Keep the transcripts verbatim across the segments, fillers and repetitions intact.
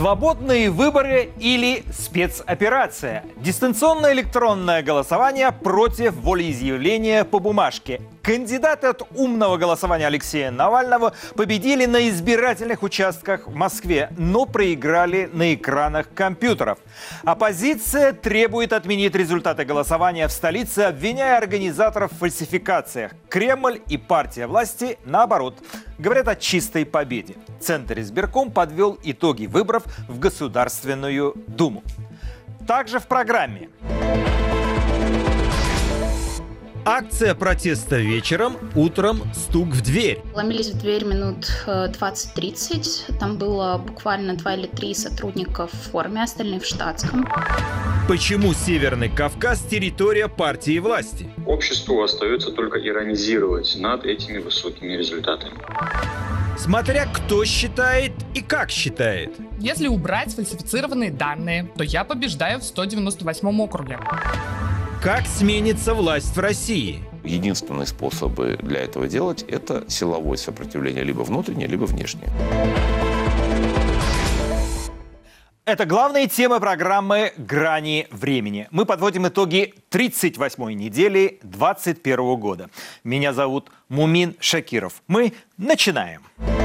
Свободные выборы или спецоперация? Дистанционное электронное голосование против волеизъявления по бумажке. Кандидаты от умного голосования Алексея Навального победили на избирательных участках в Москве, но проиграли на экранах компьютеров. Оппозиция требует отменить результаты голосования в столице, обвиняя организаторов в фальсификациях. Кремль и партия власти, наоборот, говорят о чистой победе. Центр избирком подвел итоги выборов в Государственную Думу. Также в программе. Акция протеста вечером, утром стук в дверь. Ломились в дверь минут двадцать-тридцать. Там было буквально два или три сотрудника в форме, остальные в штатском. Почему Северный Кавказ – территория партии власти? Обществу остается только иронизировать над этими высокими результатами. Смотря кто считает и как считает. Если убрать фальсифицированные данные, то я побеждаю в сто девяносто восьмом округе. Как сменится власть в России? Единственный способ для этого делать – это силовое сопротивление, либо внутреннее, либо внешнее. Это главные темы программы «Грани времени». Мы подводим итоги тридцать восьмой недели двадцать первого года. Меня зовут Мумин Шакиров. Мы начинаем.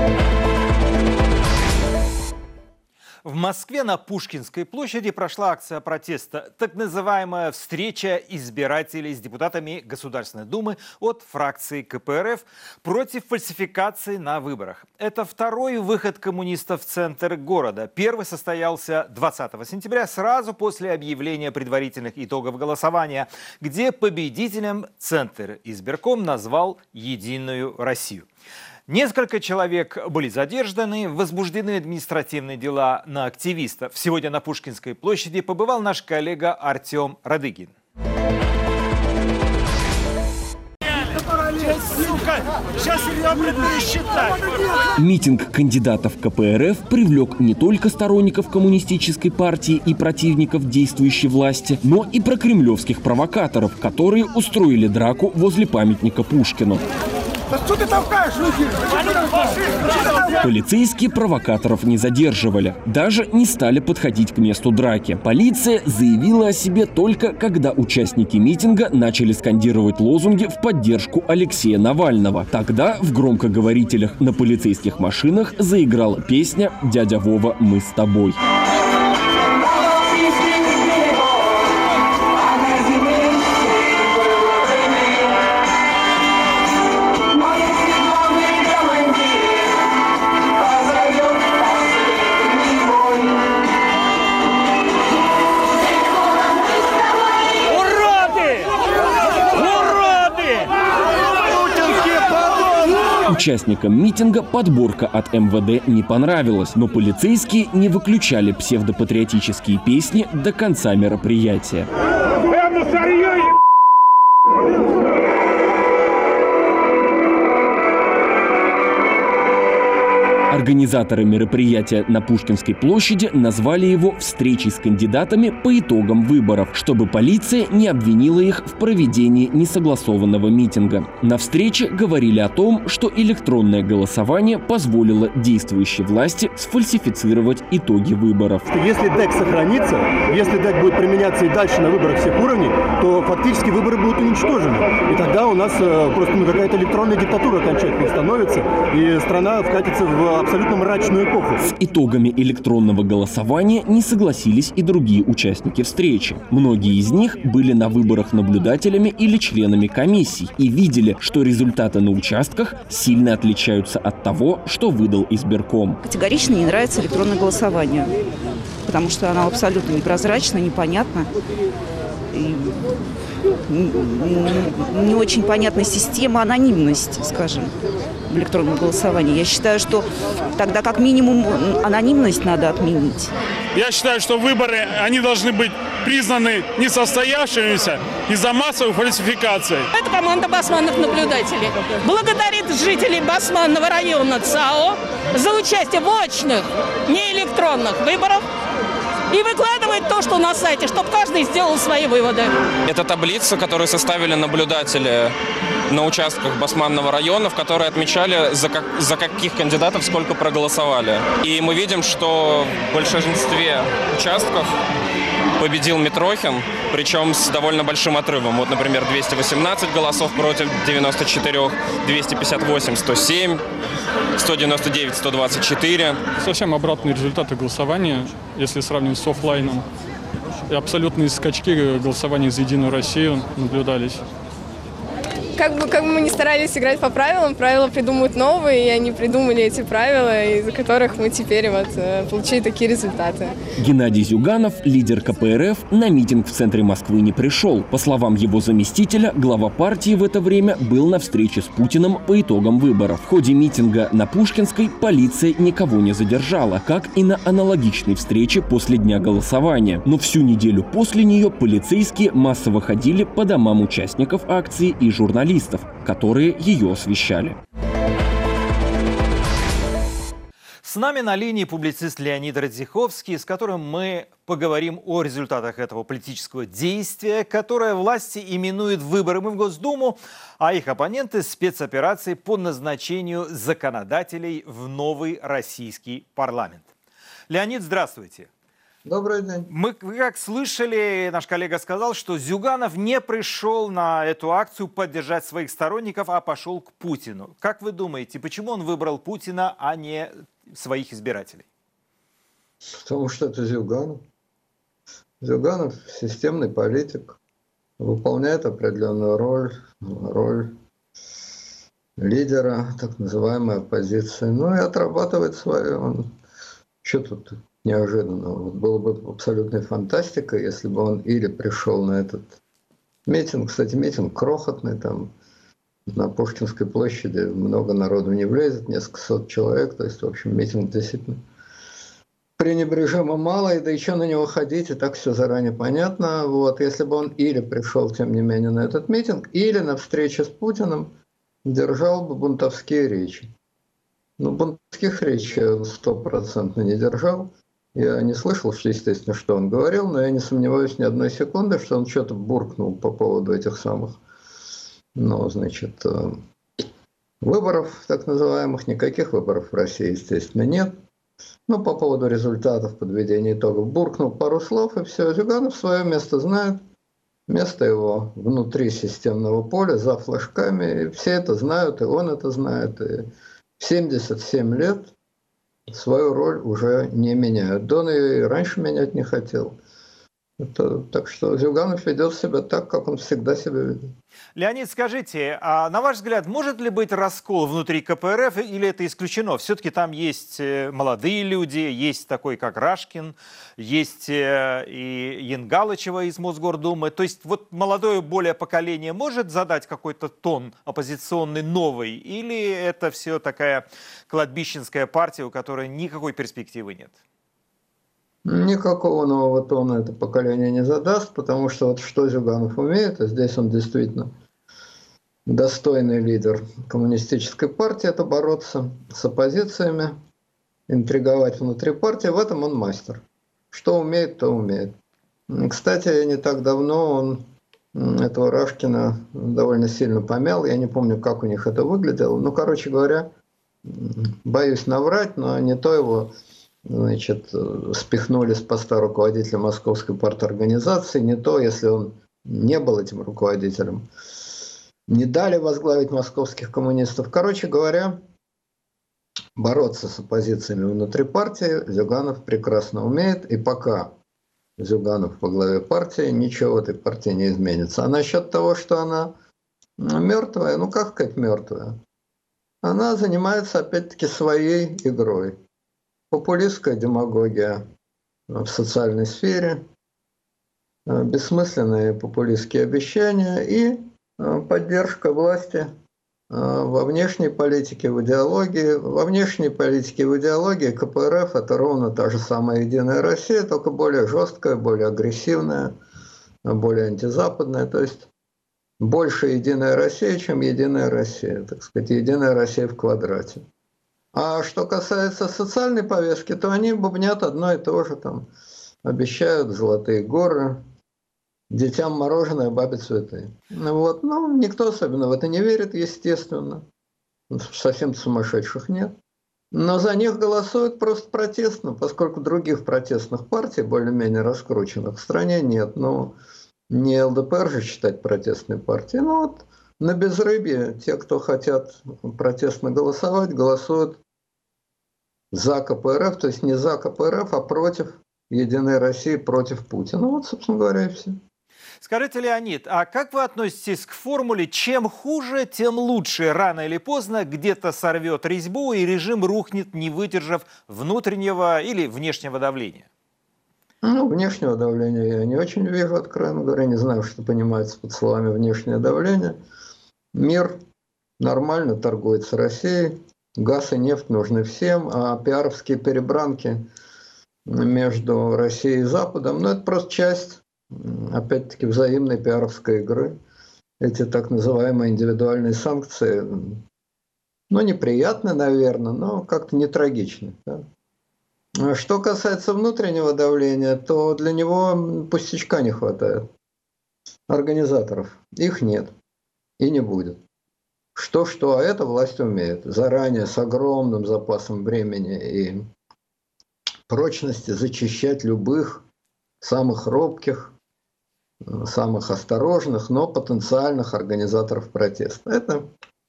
В Москве на Пушкинской площади прошла акция протеста, так называемая встреча избирателей с депутатами Государственной Думы от фракции ка пэ эр эф против фальсификаций на выборах. Это второй выход коммунистов в центр города. Первый состоялся двадцатого сентября, сразу после объявления предварительных итогов голосования, где победителем Центр избирком назвал «Единую Россию». Несколько человек были задержаны, возбуждены административные дела на активистов. Сегодня на Пушкинской площади побывал наш коллега Артем Радыгин. Митинг кандидатов ка пэ эр эф привлек не только сторонников коммунистической партии и противников действующей власти, но и прокремлевских провокаторов, которые устроили драку возле памятника Пушкину. Да что ты толкаешь, люди? Полицейские провокаторов не задерживали, даже не стали подходить к месту драки. Полиция заявила о себе только когда участники митинга начали скандировать лозунги в поддержку Алексея Навального. Тогда в громкоговорителях на полицейских машинах заиграла песня «Дядя Вова, мы с тобой». Участникам митинга подборка от эм вэ дэ не понравилась, но полицейские не выключали псевдопатриотические песни до конца мероприятия. Организаторы мероприятия на Пушкинской площади назвали его встречей с кандидатами по итогам выборов, чтобы полиция не обвинила их в проведении несогласованного митинга. На встрече говорили о том, что электронное голосование позволило действующей власти сфальсифицировать итоги выборов. Если ДЭК сохранится, если ДЭК будет применяться и дальше на выборах всех уровней, то фактически выборы будут уничтожены. И тогда у нас э, просто ну, какая-то электронная диктатура окончательно становится, и страна вкатится в абсолютно мрачную эпоху. С итогами электронного голосования не согласились и другие участники встречи. Многие из них были на выборах наблюдателями или членами комиссий и видели, что результаты на участках сильно отличаются от того, что выдал избирком. Категорично не нравится электронное голосование, потому что оно абсолютно непрозрачно, непонятно. И не очень понятна система анонимности, скажем, в электронном голосовании. Я считаю, что тогда как минимум анонимность надо отменить. Я считаю, что выборы, они должны быть признаны несостоявшимися из-за массовых фальсификаций. Это команда басманных наблюдателей благодарит жителей Басманного района ЦАО за участие в очных, не электронных выборах и выкладывает то, что на сайте, чтобы каждый сделал свои выводы. Это таблица, которую составили наблюдатели на участках Басманного района, в которые отмечали, за, как, за каких кандидатов сколько проголосовали. И мы видим, что в большинстве участков победил Митрохин, причем с довольно большим отрывом. Вот, например, двести восемнадцать голосов против девяноста четырёх, двести пятьдесят восемь, сто семь, сто девяносто девять, сто двадцать четыре. Совсем обратные результаты голосования, если сравнивать с офлайном. И абсолютные скачки голосования за «Единую Россию» наблюдались. Как бы, как бы мы ни старались играть по правилам, правила придумывают новые, и они придумали эти правила, из-за которых мы теперь вот получили такие результаты. Геннадий Зюганов, лидер ка пэ эр эф, на митинг в центре Москвы не пришел. По словам его заместителя, глава партии в это время был на встрече с Путиным по итогам выборов. В ходе митинга на Пушкинской полиция никого не задержала, как и на аналогичной встрече после дня голосования. Но всю неделю после нее полицейские массово ходили по домам участников акции и журналистов, которые ее освещали. С нами на линии публицист Леонид Радзиховский, с которым мы поговорим о результатах этого политического действия, которое власти именуют выборами в Госдуму, а их оппоненты – спецоперацией по назначению законодателей в новый российский парламент. Леонид, здравствуйте. Добрый день. Мы, как слышали, наш коллега сказал, что Зюганов не пришел на эту акцию поддержать своих сторонников, а пошел к Путину. Как вы думаете, почему он выбрал Путина, а не своих избирателей? Потому что это Зюганов. Зюганов – системный политик, выполняет определенную роль, роль лидера так называемой оппозиции. Ну и отрабатывает свое. Он... Что тут неожиданно? Вот было бы абсолютной фантастикой, если бы он или пришел на этот митинг. Кстати, митинг крохотный, там на Пушкинской площади много народу не влезет, несколько сот человек. То есть, в общем, митинг действительно пренебрежимо мало, и да еще на него ходить, и так все заранее понятно. Вот, если бы он или пришел, тем не менее, на этот митинг, или на встрече с Путиным держал бы бунтовские речи. Ну, бунтовских речей он стопроцентно не держал. Я не слышал, что, естественно, что он говорил, но я не сомневаюсь ни одной секунды, что он что-то буркнул по поводу этих самых, ну, значит, выборов так называемых. Никаких выборов в России, естественно, нет. Ну, по поводу результатов подведения итогов буркнул пару слов, и все. Зюганов свое место знает. Место его внутри системного поля, за флажками. И все это знают, и он это знает. И в семьдесят семь лет свою роль уже не меняют. Да он ее и раньше менять не хотел. Это, так что Зюганов ведет себя так, как он всегда себя ведет. Леонид, скажите, а на ваш взгляд, может ли быть раскол внутри ка пэ эр эф, или это исключено? Все-таки там есть молодые люди, есть такой, как Рашкин, есть и Янгалычева из Мосгордумы. То есть вот молодое более поколение может задать какой-то тон оппозиционный новый, или это все такая кладбищенская партия, у которой никакой перспективы нет? Никакого нового тона это поколение не задаст, потому что вот что Зюганов умеет, а здесь он действительно достойный лидер коммунистической партии, это бороться с оппозициями, интриговать внутри партии, в этом он мастер. Что умеет, то умеет. Кстати, не так давно он этого Рашкина довольно сильно помял, я не помню, как у них это выглядело, ну, короче говоря, боюсь наврать, но не то его... Значит, спихнули с поста руководителя Московской парторганизации, не то, если он не был этим руководителем, не дали возглавить московских коммунистов. Короче говоря, бороться с оппозициями внутри партии Зюганов прекрасно умеет, и пока Зюганов по главе партии, ничего в этой партии не изменится. А насчет того, что она мертвая, ну как сказать мертвая? Она занимается опять-таки своей игрой. Популистская демагогия в социальной сфере, бессмысленные популистские обещания и поддержка власти во внешней политике, в идеологии. Во внешней политике и в идеологии ка пэ эр эф это ровно та же самая «Единая Россия», только более жесткая, более агрессивная, более антизападная. То есть больше «Единая Россия», чем «Единая Россия», так сказать, «Единая Россия» в квадрате. А что касается социальной повестки, то они бубнят одно и то же, там, обещают золотые горы, детям мороженое, бабе цветы. Ну, вот. Ну, никто особенно в это не верит, естественно. Совсем сумасшедших нет. Но за них голосуют просто протестно, поскольку других протестных партий, более-менее раскрученных в стране, нет. Ну, не ЛДПР же считать протестной партией. Ну вот на безрыбье те, кто хотят протестно голосовать, голосуют за КПРФ, то есть не за КПРФ, а против Единой России, против Путина. Вот, собственно говоря, и все. Скажите, Леонид, а как вы относитесь к формуле «чем хуже, тем лучше»? Рано или поздно где-то сорвет резьбу, и режим рухнет, не выдержав внутреннего или внешнего давления. Ну, внешнего давления я не очень вижу, откровенно говоря. Не знаю, что понимается под словами «внешнее давление». Мир нормально торгует с Россией. Газ и нефть нужны всем, а пиаровские перебранки между Россией и Западом, ну, это просто часть, опять-таки, взаимной пиаровской игры. Эти так называемые индивидуальные санкции, ну, неприятны, наверное, но как-то не трагичны. Да? Что касается внутреннего давления, то для него пустячка не хватает. Организаторов. Их нет. И не будет. Что-что, а это власть умеет. Заранее, с огромным запасом времени и прочности зачищать любых самых робких, самых осторожных, но потенциальных организаторов протеста. Это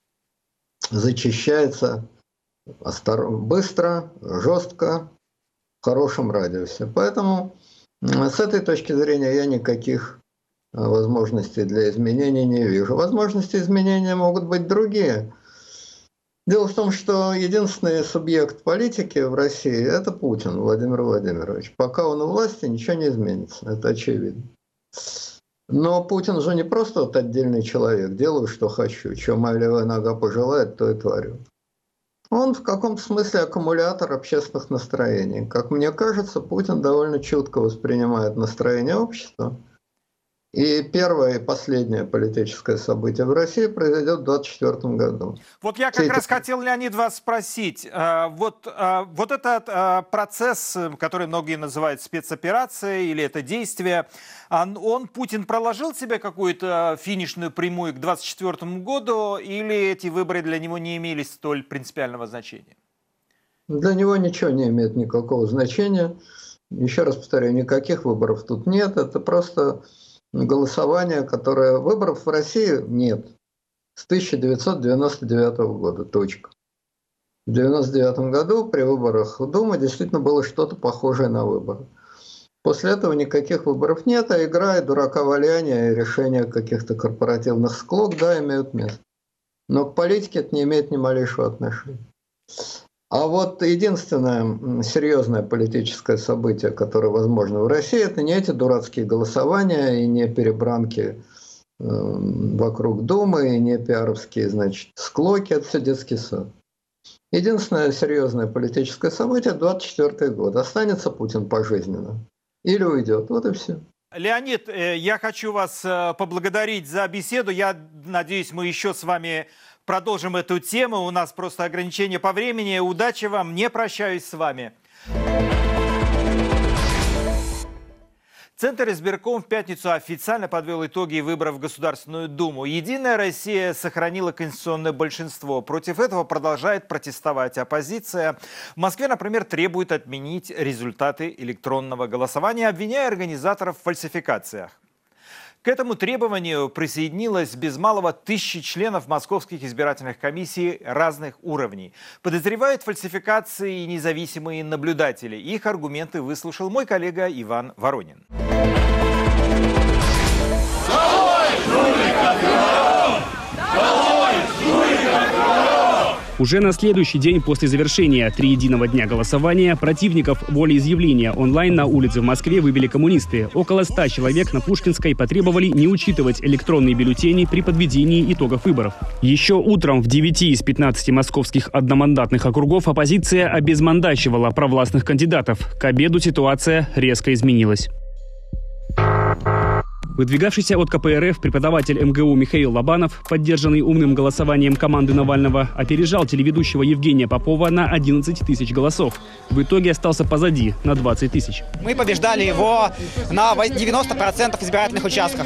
зачищается быстро, жестко, в хорошем радиусе. Поэтому с этой точки зрения я никаких возможностей для изменений не вижу. Возможности изменения могут быть другие. Дело в том, что единственный субъект политики в России – это Путин Владимир Владимирович. Пока он у власти, ничего не изменится, это очевидно. Но Путин же не просто вот отдельный человек, делаю, что хочу, что моя левая нога пожелает, то и творю. Он в каком-то смысле аккумулятор общественных настроений. Как мне кажется, Путин довольно чутко воспринимает настроение общества. И первое и последнее политическое событие в России произойдет в двадцать четвёртом году. Вот я как Все раз эти... хотел, Леонид, вас спросить. Вот, вот этот процесс, который многие называют спецоперацией или это действие, он, Путин, проложил себе какую-то финишную прямую к двадцать четвёртому году, или эти выборы для него не имели столь принципиального значения? Для него ничего не имеет никакого значения. Еще раз повторяю, никаких выборов тут нет. Это просто... голосование, которое... Выборов в России нет. С тысяча девятьсот девяносто девятого года. Точка. В девяносто девятом году при выборах в Думу действительно было что-то похожее на выборы. После этого никаких выборов нет, а игра и дураковаляние, и решение каких-то корпоративных склок, да, имеют место. Но к политике это не имеет ни малейшего отношения. А вот единственное серьезное политическое событие, которое возможно в России, это не эти дурацкие голосования и не перебранки э, вокруг Думы, и не пиаровские, значит, склоки, это все детский сад. Единственное серьезное политическое событие – двадцать четвёртый год. Останется Путин пожизненно или уйдет. Вот и все. Леонид, я хочу вас поблагодарить за беседу. Я надеюсь, мы еще с вами продолжим эту тему. У нас просто ограничение по времени. Удачи вам. Не прощаюсь с вами. Центр избирком в пятницу официально подвел итоги выборов в Государственную Думу. Единая Россия сохранила конституционное большинство. Против этого продолжает протестовать оппозиция. В Москве, например, требует отменить результаты электронного голосования, обвиняя организаторов в фальсификациях. К этому требованию присоединилось без малого тысячи членов московских избирательных комиссий разных уровней. Подозревают в фальсификации и независимые наблюдатели. Их аргументы выслушал мой коллега Иван Воронин. Уже на следующий день после завершения триединого дня голосования противников волеизъявления онлайн на улице в Москве выбили коммунисты. Около ста человек на Пушкинской потребовали не учитывать электронные бюллетени при подведении итогов выборов. Еще утром в девяти из пятнадцати московских одномандатных округов оппозиция обезмандачивала провластных кандидатов. К обеду ситуация резко изменилась. Выдвигавшийся от ка пэ эр эф преподаватель эм гэ у Михаил Лобанов, поддержанный умным голосованием команды Навального, опережал телеведущего Евгения Попова на одиннадцать тысяч голосов. В итоге остался позади на двадцать тысяч. Мы побеждали его на девяносто процентов избирательных участков.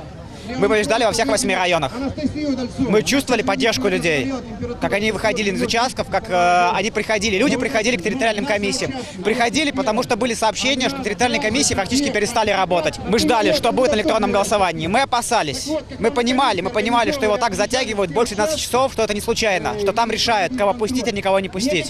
Мы побеждали во всех восьми районах. Мы чувствовали поддержку людей, как они выходили из участков, как э, они приходили. Люди приходили к территориальным комиссиям. Приходили, потому что были сообщения, что территориальные комиссии практически перестали работать. Мы ждали, что будет на электронном голосовании. Мы опасались. Мы понимали, мы понимали, что его так затягивают больше двенадцати часов, что это не случайно, что там решают, кого пустить, а никого не пустить.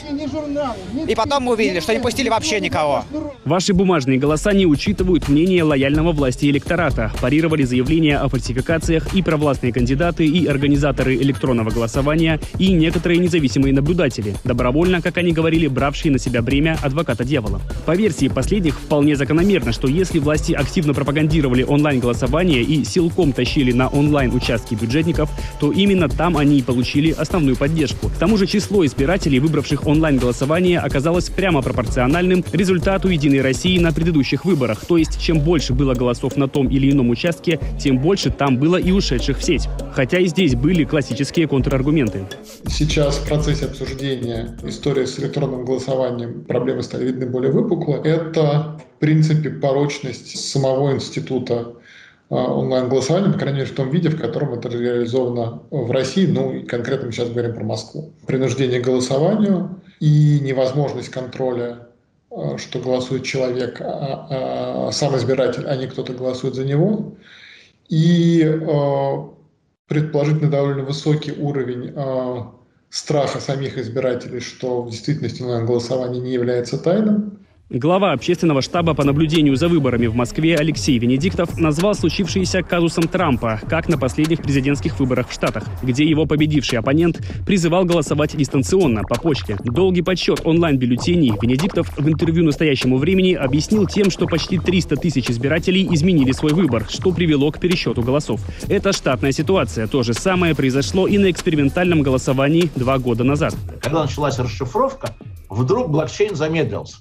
И потом мы увидели, что не пустили вообще никого. Ваши бумажные голоса не учитывают мнение лояльного власти электората. Парировали заявления о фальсификациях и провластные кандидаты, и организаторы электронного голосования, и некоторые независимые наблюдатели, добровольно, как они говорили, бравшие на себя бремя адвоката дьявола. По версии последних, вполне закономерно, что если власти активно пропагандировали онлайн-голосование и силком тащили на онлайн-участки бюджетников, то именно там они и получили основную поддержку. К тому же число избирателей, выбравших онлайн-голосование, оказалось прямо пропорциональным результату «Единой России» на предыдущих выборах. То есть, чем больше было голосов на том или ином участке, тем больше там было и ушедших в сеть. Хотя и здесь были классические контраргументы. Сейчас в процессе обсуждения истории с электронным голосованием проблемы стали видны более выпукло. Это, в принципе, порочность самого института онлайн-голосования, по крайней мере, в том виде, в котором это реализовано в России, ну и конкретно мы сейчас говорим про Москву. Принуждение к голосованию и невозможность контроля, что голосует человек, а, а сам избиратель, а не кто-то голосует за него. И э, предположительно довольно высокий уровень э, страха самих избирателей, что в действительности онлайн-голосование не является тайным. Глава общественного штаба по наблюдению за выборами в Москве Алексей Венедиктов назвал случившееся казусом Трампа, как на последних президентских выборах в Штатах, где его победивший оппонент призывал голосовать дистанционно, по почте. Долгий подсчет онлайн-бюллетеней Венедиктов в интервью «Настоящему времени» объяснил тем, что почти триста тысяч избирателей изменили свой выбор, что привело к пересчету голосов. Это штатная ситуация. То же самое произошло и на экспериментальном голосовании два года назад. Когда началась расшифровка, вдруг блокчейн замедлился.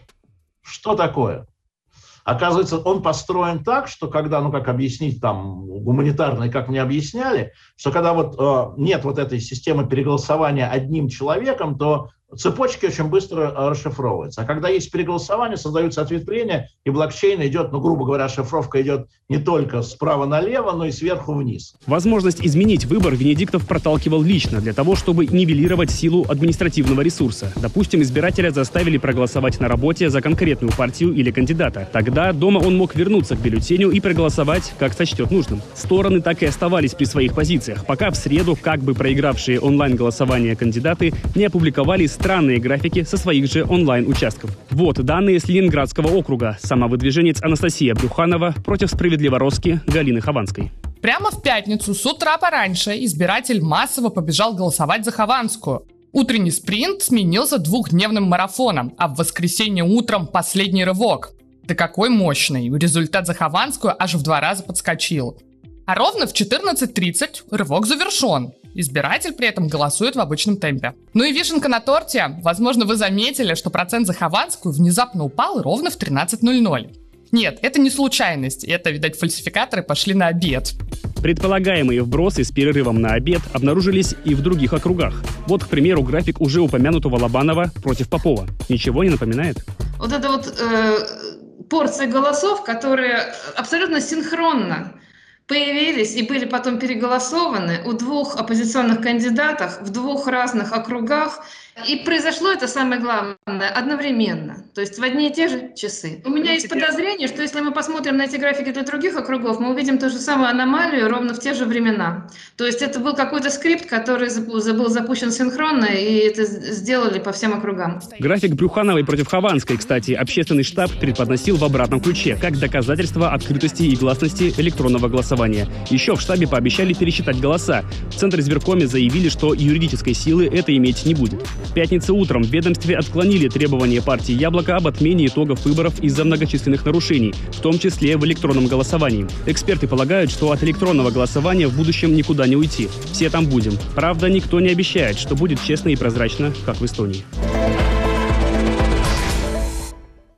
Что такое? Оказывается, он построен так, что когда, ну как объяснить там гуманитарно, как мне объясняли, что когда вот э, нет вот этой системы переголосования одним человеком, то цепочки очень быстро расшифровываются. А когда есть переголосование, создаются ответвления, и блокчейн идет, ну, грубо говоря, шифровка идет не только справа налево, но и сверху вниз. Возможность изменить выбор Венедиктов проталкивал лично для того, чтобы нивелировать силу административного ресурса. Допустим, избирателя заставили проголосовать на работе за конкретную партию или кандидата. Тогда дома он мог вернуться к бюллетеню и проголосовать, как сочтет нужным. Стороны так и оставались при своих позициях, пока в среду как бы проигравшие онлайн-голосование кандидаты не опубликовали странные графики со своих же онлайн-участков. Вот данные с Ленинградского округа. Самовыдвиженец Анастасия Брюханова против справедливороски Галины Хованской. Прямо в пятницу с утра пораньше избиратель массово побежал голосовать за Хованскую. Утренний спринт сменился двухдневным марафоном, а в воскресенье утром последний рывок. Да какой мощный! Результат за Хованскую аж в два раза подскочил. А ровно в четырнадцать тридцать рывок завершен. Избиратель при этом голосует в обычном темпе. Ну и вишенка на торте. Возможно, вы заметили, что процент за Хованскую внезапно упал ровно в тринадцать ноль ноль. Нет, это не случайность. Это, видать, фальсификаторы пошли на обед. Предполагаемые вбросы с перерывом на обед обнаружились и в других округах. Вот, к примеру, график уже упомянутого Лобанова против Попова. Ничего не напоминает? Вот это вот э, порция голосов, которые абсолютно синхронно появились и были потом переголосованы у двух оппозиционных кандидатов в двух разных округах. И произошло это, самое главное, одновременно, то есть в одни и те же часы. У меня есть подозрение, что если мы посмотрим на эти графики для других округов, мы увидим ту же самую аномалию ровно в те же времена. То есть это был какой-то скрипт, который был запущен синхронно, и это сделали по всем округам. График Брюхановой против Хованской, кстати, общественный штаб преподносил в обратном ключе, как доказательство открытости и гласности электронного голосования. Еще в штабе пообещали пересчитать голоса. В Центре избиркоме заявили, что юридической силы это иметь не будет. В пятницу утром в ведомстве отклонили требования партии «Яблоко» об отмене итогов выборов из-за многочисленных нарушений, в том числе в электронном голосовании. Эксперты полагают, что от электронного голосования в будущем никуда не уйти. Все там будем. Правда, никто не обещает, что будет честно и прозрачно, как в Эстонии.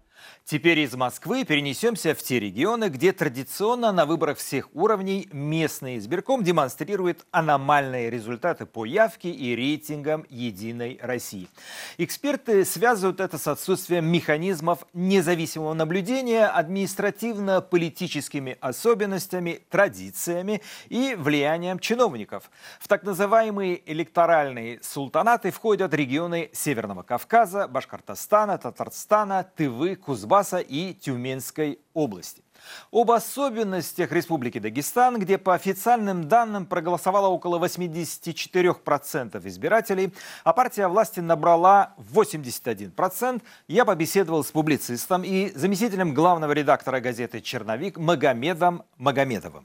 Теперь из Москвы перенесемся в те регионы, где традиционно на выборах всех уровней местный избирком демонстрирует аномальные результаты по явке и рейтингам «Единой России». Эксперты связывают это с отсутствием механизмов независимого наблюдения, административно-политическими особенностями, традициями и влиянием чиновников. В так называемые электоральные султанаты входят регионы Северного Кавказа, Башкортостана, Татарстана, Тывы, Кузбасса и Тюменской области. Об особенностях Республики Дагестан, где по официальным данным проголосовало около восьмидесяти четырёх процентов избирателей, а партия власти набрала восемьдесят один процент, я побеседовал с публицистом и заместителем главного редактора газеты «Черновик» Магомедом Магомедовым.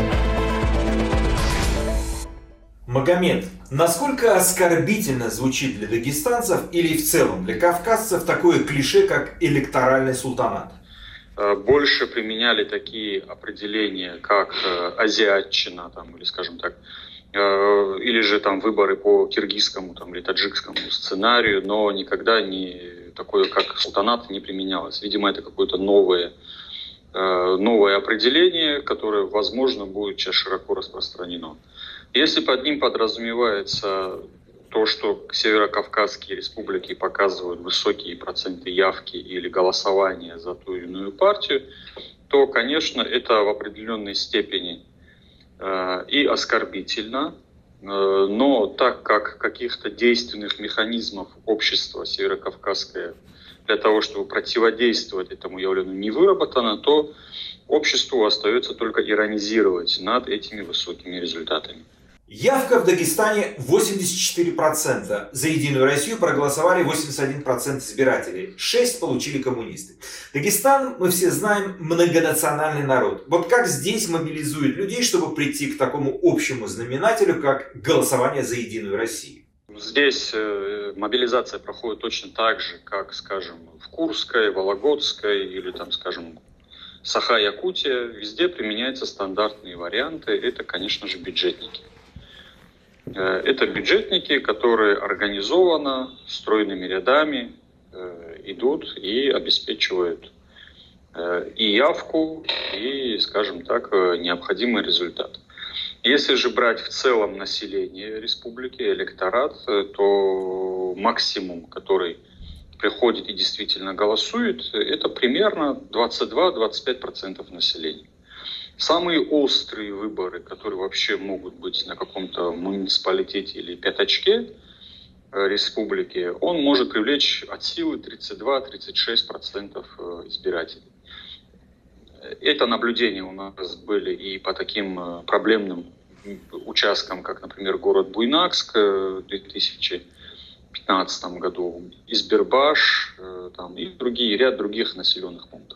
Магомед, насколько оскорбительно звучит для дагестанцев или в целом для кавказцев такое клише, как электоральный султанат? Больше применяли такие определения, как азиатчина, там, или, скажем так, или же там выборы по киргизскому там, или таджикскому сценарию, но никогда не такое, как султанат, не применялось. Видимо, это какое-то новое, новое определение, которое, возможно, будет сейчас широко распространено. Если под ним подразумевается то, что северокавказские республики показывают высокие проценты явки или голосования за ту или иную партию, то, конечно, это в определенной степени э, и оскорбительно, э, но так как каких-то действенных механизмов общества северокавказское для того, чтобы противодействовать этому явлению, не выработано, то обществу остается только иронизировать над этими высокими результатами. Явка в Дагестане восемьдесят четыре процента. За «Единую Россию» проголосовали восемьдесят один процент избирателей. шесть процентов получили коммунисты. Дагестан, мы все знаем, многонациональный народ. Вот как здесь мобилизуют людей, чтобы прийти к такому общему знаменателю, как голосование за «Единую Россию»? Здесь э, мобилизация проходит точно так же, как, скажем, в Курской, Вологодской или, там, скажем, Саха-Якутия. Везде применяются стандартные варианты. Это, конечно же, бюджетники. Это бюджетники, которые организованно, стройными рядами э, идут и обеспечивают э, и явку, и, скажем так, необходимый результат. Если же брать в целом население республики, электорат, то максимум, который приходит и действительно голосует, это примерно двадцать два - двадцать пять процентов населения. Самые острые выборы, которые вообще могут быть на каком-то муниципалитете или пятачке республики, он может привлечь от силы тридцать два - тридцать шесть процентов избирателей. Это наблюдения у нас были и по таким проблемным участкам, как, например, город Буйнакск в две тысячи пятнадцатом году, Избербаш там, и другие, ряд других населенных пунктов.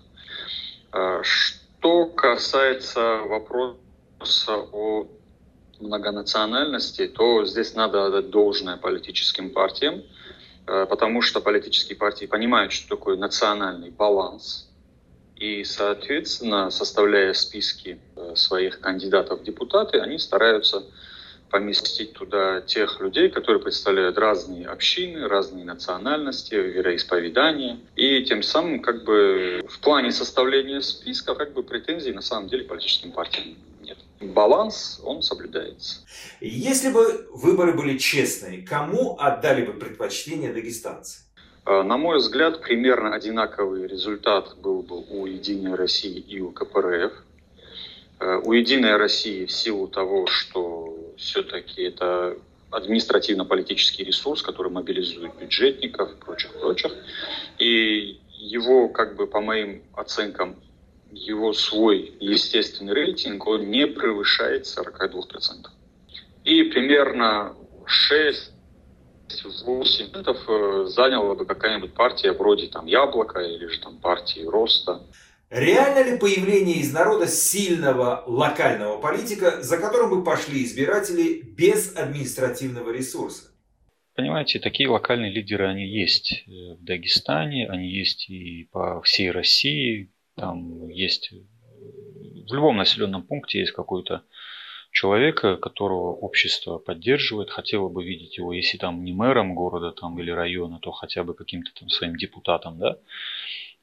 Что касается вопроса о многонациональности, то здесь надо отдать должное политическим партиям, потому что политические партии понимают, что такое национальный баланс, и, соответственно, составляя списки своих кандидатов в депутаты, они стараются поместить туда тех людей, которые представляют разные общины, разные национальности, вероисповедания. И тем самым как бы в плане составления списка как бы претензий на самом деле политическим партиям нет. Баланс, он соблюдается. Если бы выборы были честные, кому отдали бы предпочтение дагестанцы? На мой взгляд, примерно одинаковый результат был бы у «Единой России» и у ка пэ эр эф. У «Единой России» в силу того, что все-таки это административно-политический ресурс, который мобилизует бюджетников и прочих-прочих. И его, как бы по моим оценкам, его свой естественный рейтинг, он не превышает сорок два процента. И примерно шесть-восемь процентов заняла бы какая-нибудь партия вроде там «Яблоко» или же там партии «Роста». Реально ли появление из народа сильного локального политика, за которым бы пошли избиратели без административного ресурса? Понимаете, такие локальные лидеры, они есть в Дагестане, они есть и по всей России. Там есть в любом населенном пункте есть какой-то человек, которого общество поддерживает, хотело бы видеть его, если там не мэром города там, или района, то хотя бы каким-то там своим депутатом, да.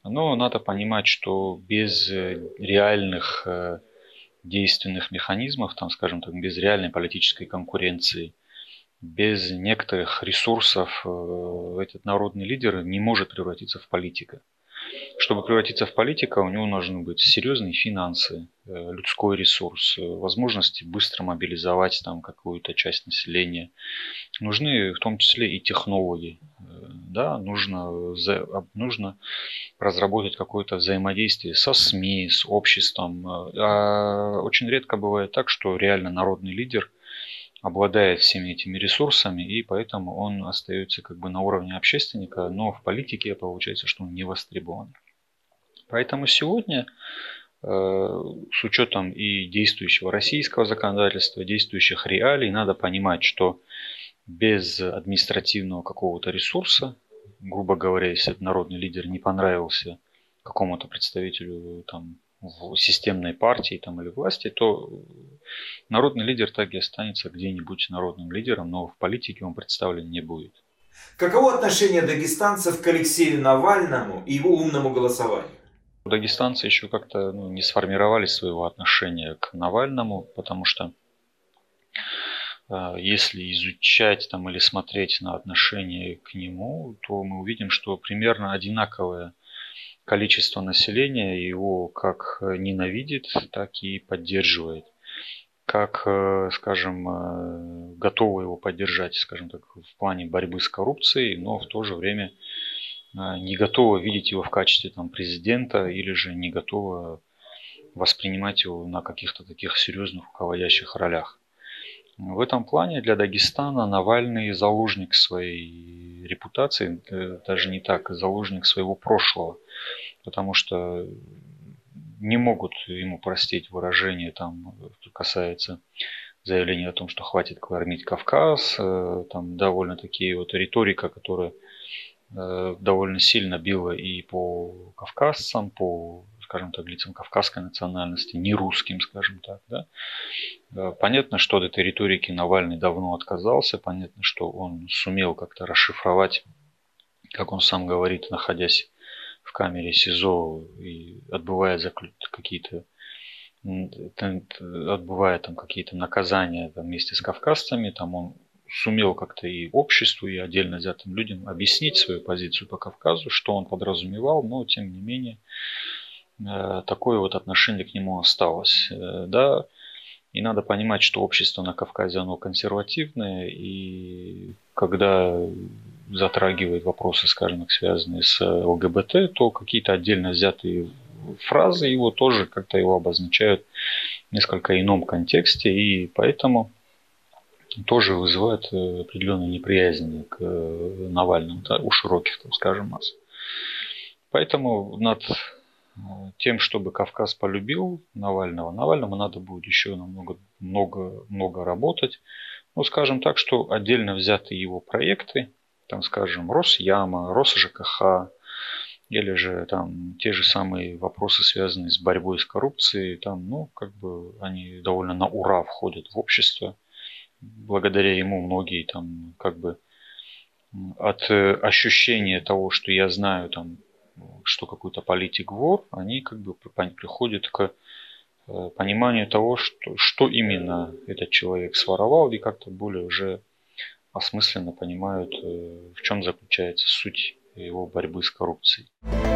Но надо понимать, что без реальных действенных механизмов, там, скажем так, без реальной политической конкуренции, без некоторых ресурсов этот народный лидер не может превратиться в политика. Чтобы превратиться в политика, у него должны быть серьезные финансы, людской ресурс, возможности быстро мобилизовать там какую-то часть населения. Нужны в том числе и технологии. Да, нужно, нужно разработать какое-то взаимодействие со СМИ, с обществом. А очень редко бывает так, что реально народный лидер обладает всеми этими ресурсами, и поэтому он остается как бы на уровне общественника, но в политике получается, что он не востребован. Поэтому сегодня, с учетом и действующего российского законодательства, действующих реалий, надо понимать, что без административного какого-то ресурса, грубо говоря, если этот народный лидер не понравился какому-то представителю там, в системной партии там, или власти, то народный лидер так и останется где-нибудь народным лидером, но в политике он представлен не будет. Каково отношение дагестанцев к Алексею Навальному и его умному голосованию? Дагестанцы еще как-то ну, не сформировали своего отношения к Навальному, потому что э, если изучать там, или смотреть на отношение к нему, то мы увидим, что примерно одинаковое количество населения его как ненавидит, так и поддерживает. Как, скажем, готово его поддержать, скажем так, в плане борьбы с коррупцией, но в то же время не готово видеть его в качестве там, президента или же не готово воспринимать его на каких-то таких серьезных руководящих ролях. В этом плане для Дагестана Навальный заложник своей репутации, даже не так, заложник своего прошлого, потому что не могут ему простить выражение, там, что касается заявления о том, что хватит кормить Кавказ, там довольно такие вот риторика, которая довольно сильно била и по кавказцам, по, скажем так, лицам кавказской национальности, не русским, скажем так, да. Понятно, что от этой риторики Навальный давно отказался, понятно, что он сумел как-то расшифровать, как он сам говорит, находясь в камере СИЗО и отбывая какие-то отбывая там какие-то наказания там, вместе с кавказцами, там он сумел как-то и обществу, и отдельно взятым людям объяснить свою позицию по Кавказу, что он подразумевал, но тем не менее такое вот отношение к нему осталось. Да, и надо понимать, что общество на Кавказе, оно консервативное, и когда затрагивает вопросы, скажем так, связанные с ЛГБТ, то какие-то отдельно взятые фразы его тоже как-то его обозначают в несколько ином контексте, и поэтому тоже вызывает определенную неприязнь к Навальному, да, у широких, там, скажем, масс. Поэтому над тем, чтобы Кавказ полюбил Навального, Навальному надо будет еще намного много, много работать. Ну, скажем так, что отдельно взятые его проекты, там, скажем, Росяма, РосЖКХ, или же там те же самые вопросы, связанные с борьбой с коррупцией, там, ну, как бы они довольно на ура входят в общество. Благодаря ему многие там как бы от ощущения того, что я знаю там, что какой-то политик вор, они как бы приходят к пониманию того, что, что именно этот человек своровал, и как-то более уже осмысленно понимают, в чем заключается суть его борьбы с коррупцией.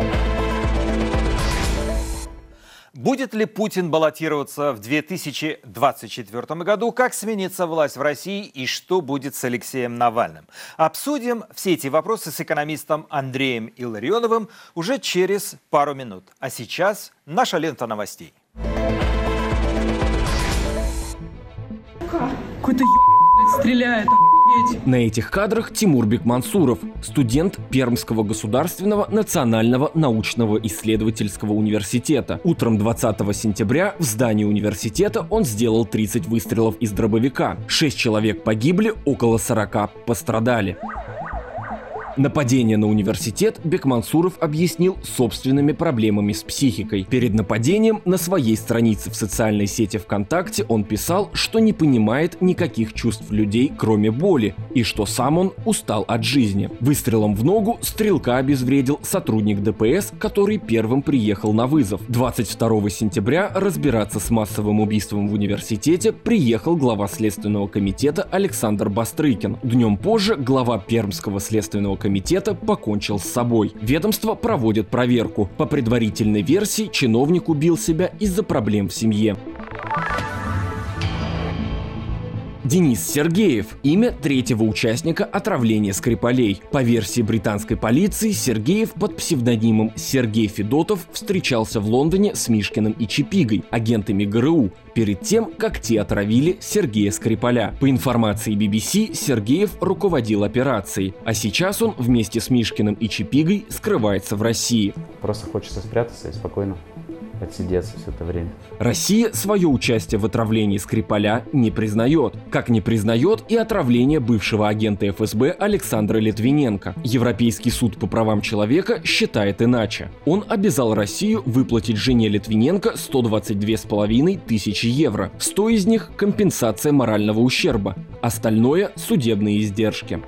Будет ли Путин баллотироваться в две тысячи двадцать четвёртом году? Как сменится власть в России и что будет с Алексеем Навальным? Обсудим все эти вопросы с экономистом Андреем Илларионовым уже через пару минут. А сейчас наша лента новостей. Какой-то ебаный стреляет. На этих кадрах Тимур Бекмансуров, студент Пермского государственного национального научного исследовательского университета. Утром двадцатого сентября в здании университета он сделал тридцать выстрелов из дробовика. Шесть человек погибли, около сорока пострадали. Нападение на университет Бекмансуров объяснил собственными проблемами с психикой. Перед нападением на своей странице в социальной сети ВКонтакте он писал, что не понимает никаких чувств людей, кроме боли, и что сам он устал от жизни. Выстрелом в ногу стрелка обезвредил сотрудник ДПС, который первым приехал на вызов. двадцать второго сентября разбираться с массовым убийством в университете приехал глава Следственного комитета Александр Бастрыкин. Днем позже глава Пермского следственного комитета покончил с собой. Ведомство проводит проверку. По предварительной версии, чиновник убил себя из-за проблем в семье. Денис Сергеев – имя третьего участника отравления Скрипалей. По версии британской полиции, Сергеев под псевдонимом Сергей Федотов встречался в Лондоне с Мишкиным и Чипигой, агентами ГРУ, перед тем, как те отравили Сергея Скрипаля. По информации би би си, Сергеев руководил операцией, а сейчас он вместе с Мишкиным и Чипигой скрывается в России. Просто хочется спрятаться и спокойно отсидеться все это время. Россия свое участие в отравлении Скрипаля не признает. Как не признает и отравление бывшего агента эф эс бэ Александра Литвиненко. Европейский суд по правам человека считает иначе. Он обязал Россию выплатить жене Литвиненко сто двадцать две с половиной тысячи евро. сто из них – компенсация морального ущерба. Остальное – судебные издержки.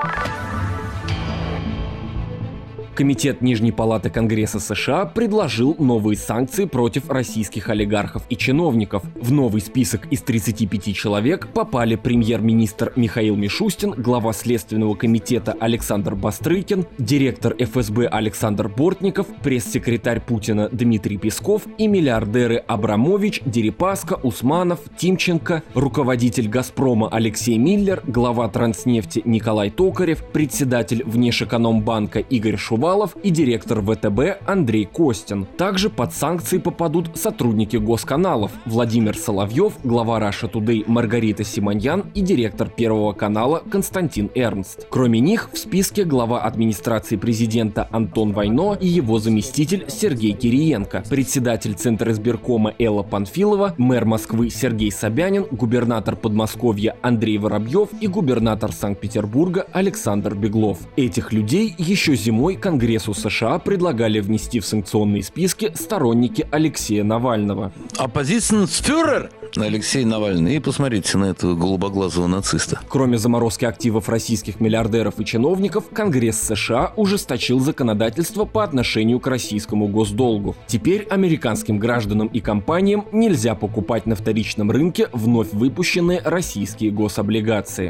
Комитет Нижней палаты Конгресса США предложил новые санкции против российских олигархов и чиновников. В новый список из тридцати пяти человек попали премьер-министр Михаил Мишустин, глава Следственного комитета Александр Бастрыкин, директор эф эс бэ Александр Бортников, пресс-секретарь Путина Дмитрий Песков и миллиардеры Абрамович, Дерипаска, Усманов, Тимченко, руководитель «Газпрома» Алексей Миллер, глава Транснефти Николай Токарев, председатель Внешэкономбанка Игорь Шувалов и директор вэ тэ бэ Андрей Костин. Также под санкции попадут сотрудники госканалов Владимир Соловьев, глава Russia Today Маргарита Симоньян и директор Первого канала Константин Эрнст. Кроме них в списке глава администрации президента Антон Вайно и его заместитель Сергей Кириенко, председатель Центризбиркома Элла Панфилова, мэр Москвы Сергей Собянин, губернатор Подмосковья Андрей Воробьев и губернатор Санкт-Петербурга Александр Беглов. Этих людей еще зимой Конгрессу США предлагали внести в санкционные списки сторонники Алексея Навального. Оппозиционный Алексей Навальный. И посмотрите на этого голубоглазого нациста. Кроме заморозки активов российских миллиардеров и чиновников, Конгресс США ужесточил законодательство по отношению к российскому госдолгу. Теперь американским гражданам и компаниям нельзя покупать на вторичном рынке вновь выпущенные российские гособлигации.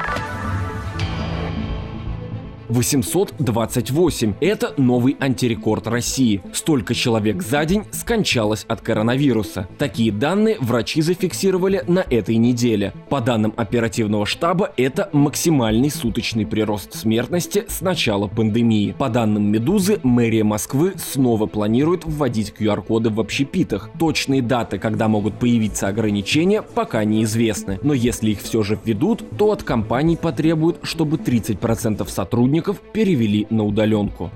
восемьсот двадцать восемь. Это новый антирекорд России. Столько человек за день скончалось от коронавируса. Такие данные врачи зафиксировали на этой неделе. По данным оперативного штаба, это максимальный суточный прирост смертности с начала пандемии. По данным «Медузы», мэрия Москвы снова планирует вводить ку ар коды в общепитах. Точные даты, когда могут появиться ограничения, пока неизвестны. Но если их все же введут, то от компаний потребуют, чтобы тридцать процентов сотрудников перевели на удаленку.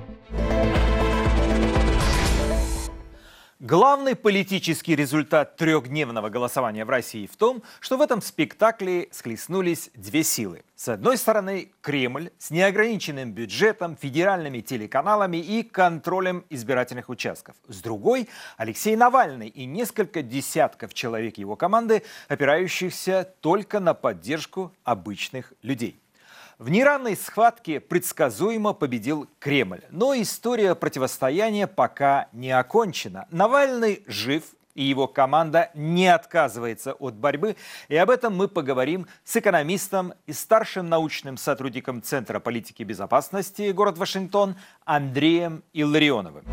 Главный политический результат трехдневного голосования в России в том, что в этом спектакле схлестнулись две силы. С одной стороны, Кремль с неограниченным бюджетом, федеральными телеканалами и контролем избирательных участков. С другой – Алексей Навальный и несколько десятков человек его команды, опирающихся только на поддержку обычных людей. В неравной схватке предсказуемо победил Кремль, но история противостояния пока не окончена. Навальный жив, и его команда не отказывается от борьбы, и об этом мы поговорим с экономистом и старшим научным сотрудником Центра политики безопасности город Вашингтон Андреем Илларионовым.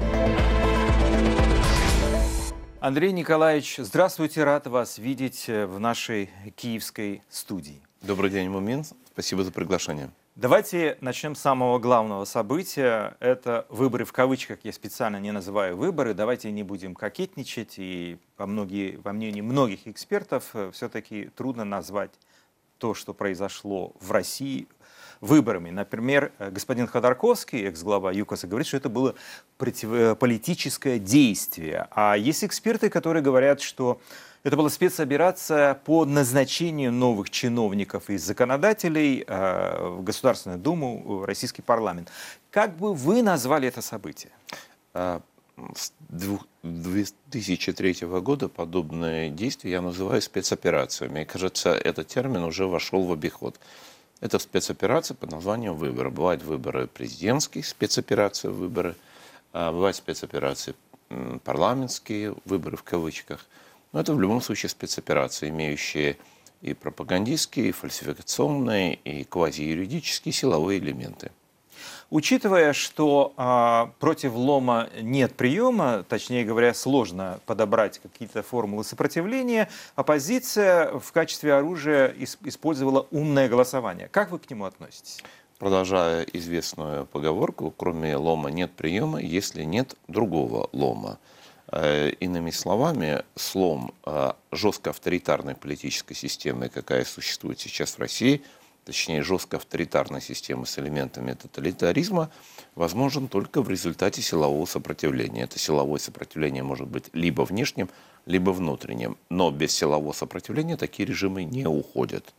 Андрей Николаевич, здравствуйте, рад вас видеть в нашей киевской студии. Добрый день, Мумин. Спасибо за приглашение. Давайте начнем с самого главного события. Это выборы в кавычках. Я специально не называю выборы. Давайте не будем кокетничать. И по, многие, по мнению многих экспертов, все-таки трудно назвать то, что произошло в России, выборами. Например, господин Ходорковский, экс-глава ЮКОСа, говорит, что это было против... политическое действие. А есть эксперты, которые говорят, что Это была спецоперация по назначению новых чиновников и законодателей э, в Государственную Думу, в Российский парламент. Как бы вы назвали это событие? С две тысячи третьего года подобные действия я называю спецоперациями. Мне кажется, этот термин уже вошел в обиход. Это спецоперация под названием выборы. Бывают выборы президентские, спецоперации выборы, бывают спецоперации парламентские, выборы в кавычках. Но это в любом случае спецоперации, имеющие и пропагандистские, и фальсификационные, и квазиюридические силовые элементы. Учитывая, что э, против лома нет приема, точнее говоря, сложно подобрать какие-то формулы сопротивления, оппозиция в качестве оружия использовала умное голосование. Как вы к нему относитесь? Продолжая известную поговорку, кроме лома нет приема, если нет другого лома. Иными словами, слом жестко авторитарной политической системы, какая существует сейчас в России, точнее жестко авторитарной системы с элементами тоталитаризма, возможен только в результате силового сопротивления. Это силовое сопротивление может быть либо внешним, либо внутренним. Но без силового сопротивления такие режимы не уходят.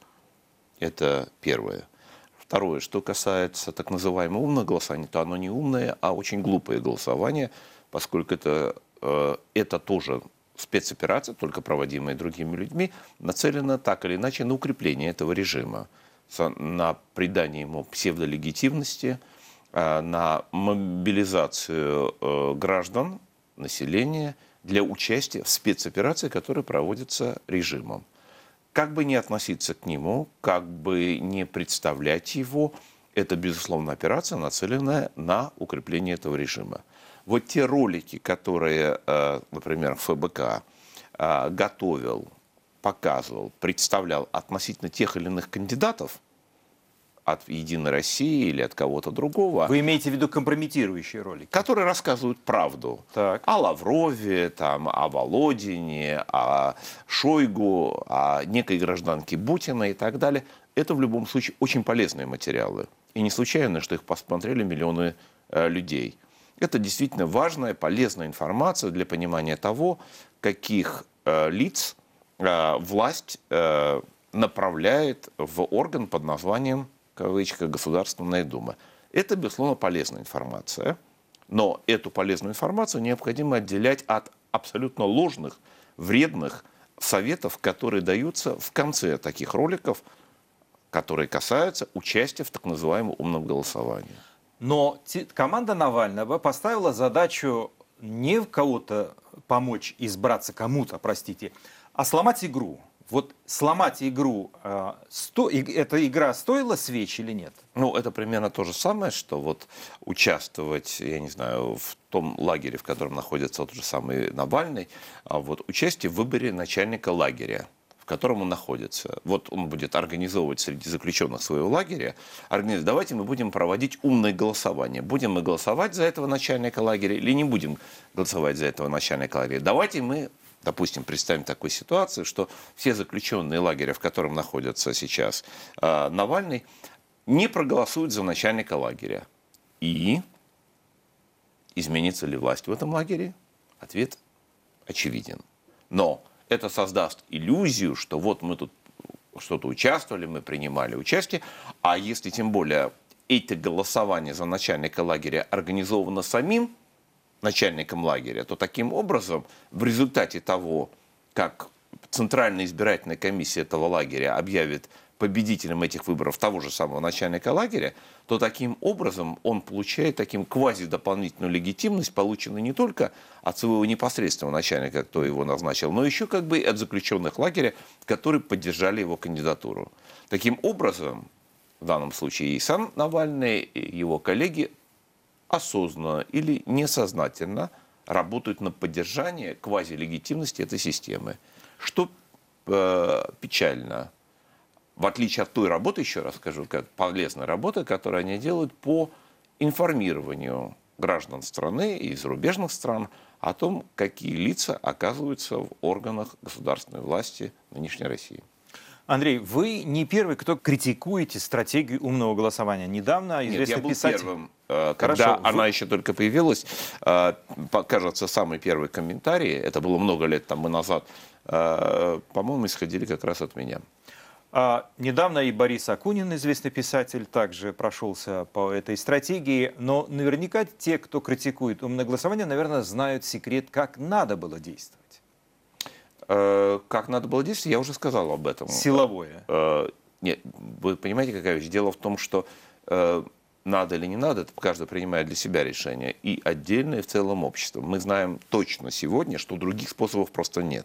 Это первое. Второе, что касается так называемого умного голосования, то оно не умное, а очень глупое голосование, поскольку это, э, это тоже спецоперация, только проводимая другими людьми, нацелена так или иначе на укрепление этого режима, на придание ему псевдолегитимности, э, на мобилизацию э, граждан, населения для участия в спецоперации, которая проводится режимом. Как бы ни относиться к нему, как бы не представлять его, это, безусловно, операция, нацеленная на укрепление этого режима. Вот те ролики, которые, например, эф бэ ка готовил, показывал, представлял относительно тех или иных кандидатов, от «Единой России» или от кого-то другого. Вы имеете в виду компрометирующие ролики? Которые рассказывают правду. Так. О Лаврове, там, о Володине, о Шойгу, о некой гражданке Бутина и так далее. Это в любом случае очень полезные материалы. И не случайно, что их посмотрели миллионы э, людей. Это действительно важная, полезная информация для понимания того, каких э, лиц э, власть э, направляет в орган под названием кавычка Государственная Дума. Это, безусловно, полезная информация, но эту полезную информацию необходимо отделять от абсолютно ложных, вредных советов, которые даются в конце таких роликов, которые касаются участия в так называемом умном голосовании. Но команда Навального поставила задачу не в кого-то помочь избраться кому-то, простите, а сломать игру. Вот сломать игру, э, сто, эта игра стоила свеч или нет? Ну, это примерно то же самое, что вот участвовать, я не знаю, в том лагере, в котором находится тот же самый Навальный, а вот участие в выборе начальника лагеря, в котором он находится. Вот он будет организовывать среди заключенных своего лагеря, организовать, давайте мы будем проводить умное голосование. Будем мы голосовать за этого начальника лагеря или не будем голосовать за этого начальника лагеря? Давайте мы... Допустим, представим такую ситуацию, что все заключенные лагеря, в котором находится сейчас э, Навальный, не проголосуют за начальника лагеря. И изменится ли власть в этом лагере? Ответ очевиден. Но это создаст иллюзию, что вот мы тут что-то участвовали, мы принимали участие, а если тем более эти голосования за начальника лагеря организовано самим начальником лагеря, то таким образом в результате того, как Центральная избирательная комиссия этого лагеря объявит победителем этих выборов того же самого начальника лагеря, то таким образом он получает таким квазидополнительную легитимность, полученную не только от своего непосредственного начальника, кто его назначил, но еще как бы и от заключенных лагеря, которые поддержали его кандидатуру. Таким образом, в данном случае и сам Навальный, и его коллеги осознанно или несознательно работают на поддержание квазилегитимности этой системы. Что э, печально, в отличие от той работы, еще раз скажу, как полезной работы, которую они делают по информированию граждан страны и зарубежных стран о том, какие лица оказываются в органах государственной власти нынешней России. Андрей, вы не первый, кто критикуете стратегию умного голосования. Недавно известный Нет, я был писатель... первым. Когда Хорошо. она еще только появилась, кажется, самый первый комментарий, это было много лет тому назад, по-моему, исходили как раз от меня. А, недавно и Борис Акунин, известный писатель, также прошелся по этой стратегии. Но наверняка те, кто критикует умное голосование, наверное, знают секрет, как надо было действовать. Как надо было действовать, я уже сказал об этом. Силовое. Нет, вы понимаете, какая вещь? Дело в том, что надо или не надо, это каждый принимает для себя решение. И отдельно, и в целом общество. Мы знаем точно сегодня, что других способов просто нет.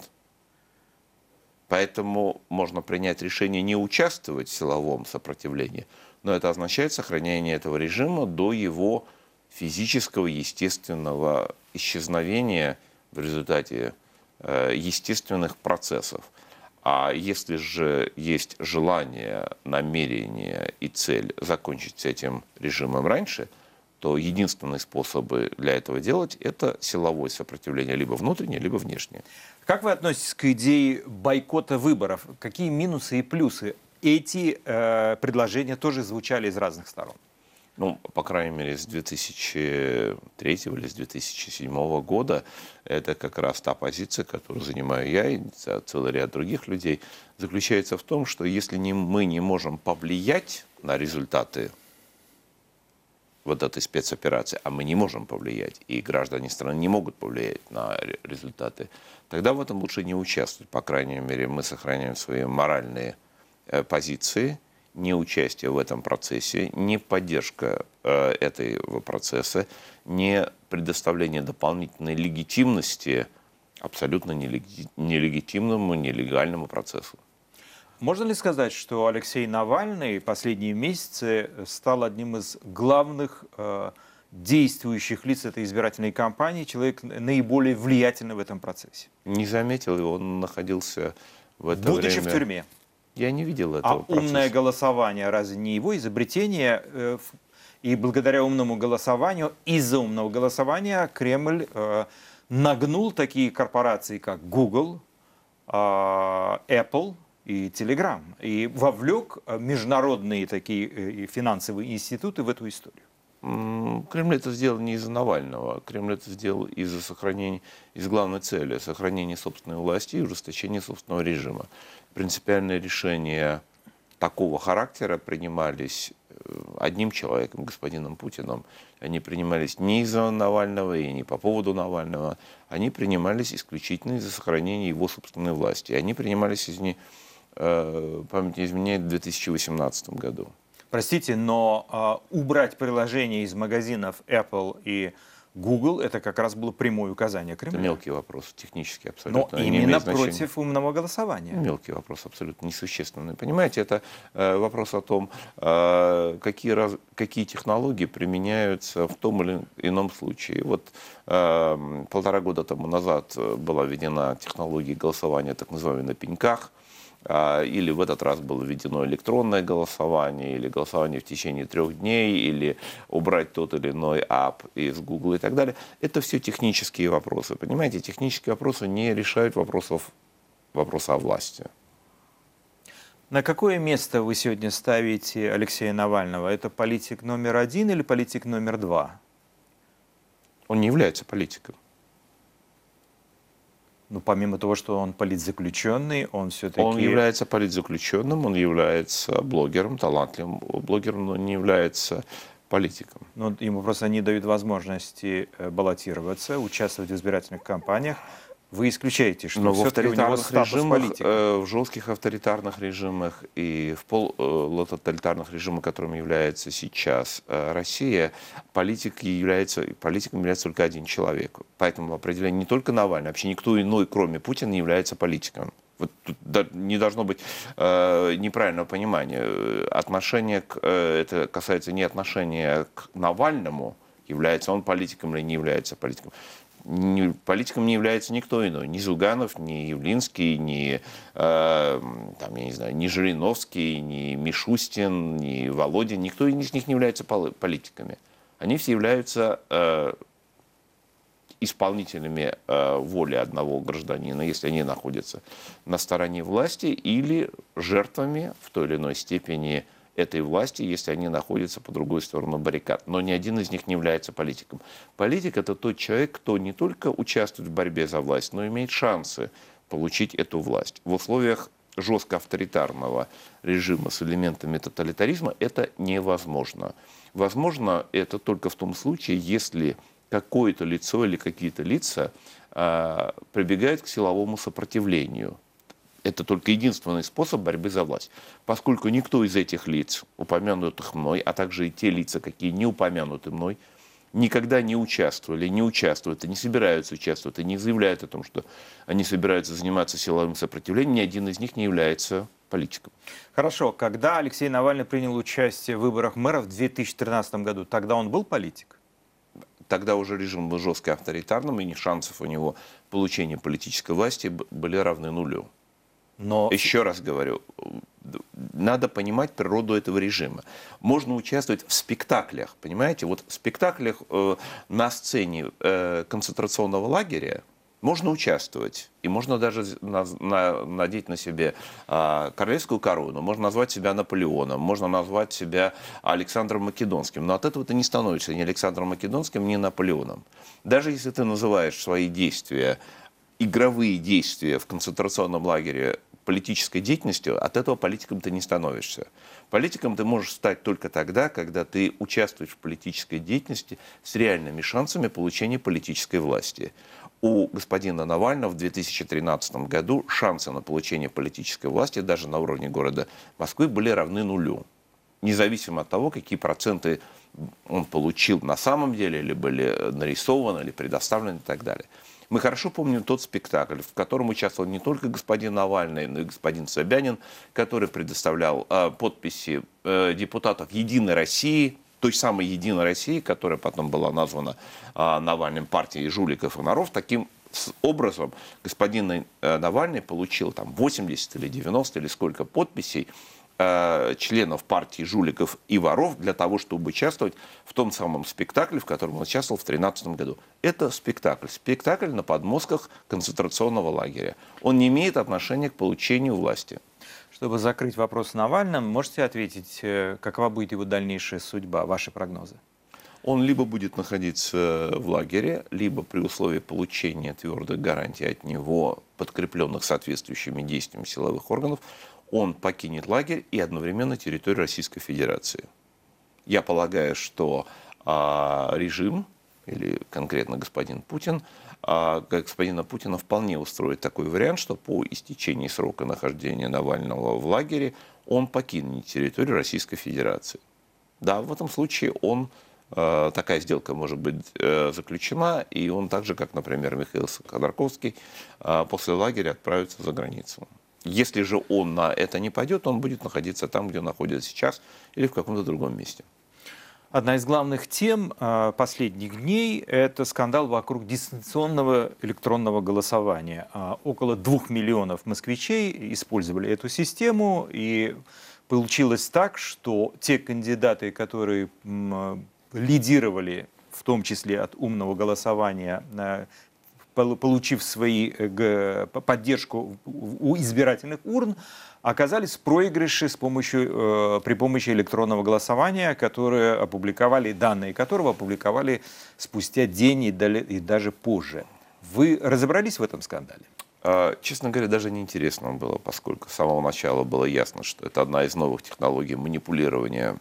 Поэтому можно принять решение не участвовать в силовом сопротивлении, но это означает сохранение этого режима до его физического, естественного исчезновения в результате э, естественных процессов. А если же есть желание, намерение и цель закончить с этим режимом раньше, то единственные способы для этого делать – это силовое сопротивление, либо внутреннее, либо внешнее. Как вы относитесь к идее бойкота выборов? Какие минусы и плюсы? Эти э, предложения тоже звучали из разных сторон. Ну, по крайней мере, с две тысячи третьего или с две тысячи седьмого года это как раз та позиция, которую занимаю я и целый ряд других людей, заключается в том, что если не, мы не можем повлиять на результаты вот этой спецоперации, а мы не можем повлиять, и граждане страны не могут повлиять на результаты, тогда в этом лучше не участвовать. По крайней мере, мы сохраняем свои моральные позиции, не участие в этом процессе, не поддержка э, этого процесса, не предоставление дополнительной легитимности абсолютно нелеги- нелегитимному, нелегальному процессу. Можно ли сказать, что Алексей Навальный последние месяцы стал одним из главных э, действующих лиц этой избирательной кампании, человек наиболее влиятельный в этом процессе? Не заметил его, он находился в это Будучи время... в тюрьме. Я не видел этого А процесса. умное голосование разве не его изобретение? Э, и благодаря умному голосованию, из-за умного голосования Кремль э, нагнул такие корпорации, как Google, э, Apple и Telegram, и вовлек международные такие э, финансовые институты в эту историю. Кремль это сделал не из-за Навального. Кремль это сделал из-за сохранения, из главной цели, сохранения собственной власти и ужесточения собственного режима. Принципиальные решения такого характера принимались одним человеком, господином Путиным. Они принимались не из-за Навального и не по поводу Навального. Они принимались исключительно из-за сохранения его собственной власти. Они принимались, из не, э, память не изменяет, в две тысячи восемнадцатом году. Простите, но э, убрать приложения из магазинов Apple и Google, это как раз было прямое указание Кремля. Это мелкий вопрос, технически абсолютно. Но именно против умного голосования. Мелкий вопрос, абсолютно несущественный. Понимаете, это э, вопрос о том, э, какие, раз, какие технологии применяются в том или ином случае. Вот э, полтора года тому назад была введена технология голосования, так называемая, на пеньках. Или в этот раз было введено электронное голосование, или голосование в течение трех дней, или убрать тот или иной ап из Google и так далее. Это все технические вопросы. Понимаете, технические вопросы не решают вопросов, вопроса о власти. На какое место вы сегодня ставите Алексея Навального? Это политик номер один или политик номер два? Он не является политиком. Ну, помимо того, что он политзаключенный, он все-таки... Он является политзаключенным, он является блогером, талантливым блогером, но не является политиком. Ну, ему просто не дают возможности баллотироваться, участвовать в избирательных кампаниях. Вы исключаете, что но в авторитарных режимах, политика. в жестких авторитарных режимах и в полутоталитарных режимах, которым является сейчас Россия, политик является, политиком является только один человек. Поэтому определение не только Навальный, вообще никто иной, кроме Путина, не является политиком. Вот тут не должно быть э, неправильного понимания. Отношение к, э, это касается не отношения к Навальному, является он политиком или не является политиком. Не, политиком не является никто иной, ни Зюганов, ни Явлинский, ни, э, там, я не знаю, ни Жириновский, ни Мишустин, ни Володин. Никто из них не является политиками. Они все являются э, исполнителями э, воли одного гражданина, если они находятся на стороне власти, или жертвами в той или иной степени этой власти, если они находятся по другой стороне баррикад. Но ни один из них не является политиком. Политик – это тот человек, кто не только участвует в борьбе за власть, но имеет шансы получить эту власть. В условиях жестко авторитарного режима с элементами тоталитаризма это невозможно. Возможно это только в том случае, если какое-то лицо или какие-то лица а, прибегают к силовому сопротивлению. Это только единственный способ борьбы за власть. Поскольку никто из этих лиц, упомянутых мной, а также и те лица, какие не упомянуты мной, никогда не участвовали, не участвуют, и не собираются участвовать, и не заявляют о том, что они собираются заниматься силовым сопротивлением, ни один из них не является политиком. Хорошо, когда Алексей Навальный принял участие в выборах мэра в две тысячи тринадцатом году, тогда он был политик? Тогда уже режим был жестко авторитарным, и шансов у него получения политической власти были равны нулю. Но... Еще раз говорю, надо понимать природу этого режима. Можно участвовать в спектаклях, понимаете? Вот в спектаклях э, на сцене э, концентрационного лагеря можно участвовать. И можно даже на, на, надеть на себе э, королевскую корону, можно назвать себя Наполеоном, можно назвать себя Александром Македонским. Но от этого ты не становишься ни Александром Македонским, ни Наполеоном. Даже если ты называешь свои действия, игровые действия в концентрационном лагере политической деятельностью, от этого политиком ты не становишься. Политиком ты можешь стать только тогда, когда ты участвуешь в политической деятельности с реальными шансами получения политической власти. У господина Навального в две тысячи тринадцатом году шансы на получение политической власти даже на уровне города Москвы были равны нулю. Независимо от того, какие проценты он получил на самом деле, или были нарисованы, или предоставлены и так далее. Мы хорошо помним тот спектакль, в котором участвовал не только господин Навальный, но и господин Собянин, который предоставлял э, подписи э, депутатов «Единой России», той самой «Единой России», которая потом была названа э, Навальным партией жуликов и воров. Таким образом господин э, Навальный получил там восемьдесят или девяносто или сколько подписей членов партии жуликов и воров для того, чтобы участвовать в том самом спектакле, в котором он участвовал в две тысячи тринадцатом году. Это спектакль. Спектакль на подмостках концентрационного лагеря. Он не имеет отношения к получению власти. Чтобы закрыть вопрос с Навальным, можете ответить, какова будет его дальнейшая судьба, ваши прогнозы? Он либо будет находиться в лагере, либо при условии получения твердых гарантий от него, подкрепленных соответствующими действиями силовых органов, он покинет лагерь и одновременно территорию Российской Федерации. Я полагаю, что а, режим, или конкретно господин Путин, а, господина Путина вполне устроит такой вариант, что по истечении срока нахождения Навального в лагере он покинет территорию Российской Федерации. Да, в этом случае он, а, такая сделка может быть а, заключена, и он так же, как, например, Михаил Ходорковский, а, после лагеря отправится за границу. Если же он на это не пойдет, он будет находиться там, где он находится сейчас, или в каком-то другом месте. Одна из главных тем э, последних дней – это скандал вокруг дистанционного электронного голосования. Э, около двух миллионов москвичей использовали эту систему, и получилось так, что те кандидаты, которые э, лидировали, в том числе от умного голосования, э, получив свои, поддержку у избирательных урн, оказались в проигрыше с помощью, при помощи электронного голосования, которые опубликовали, данные которого опубликовали спустя день и даже позже. Вы разобрались в этом скандале? Честно говоря, даже неинтересно было, поскольку с самого начала было ясно, что это одна из новых технологий манипулирования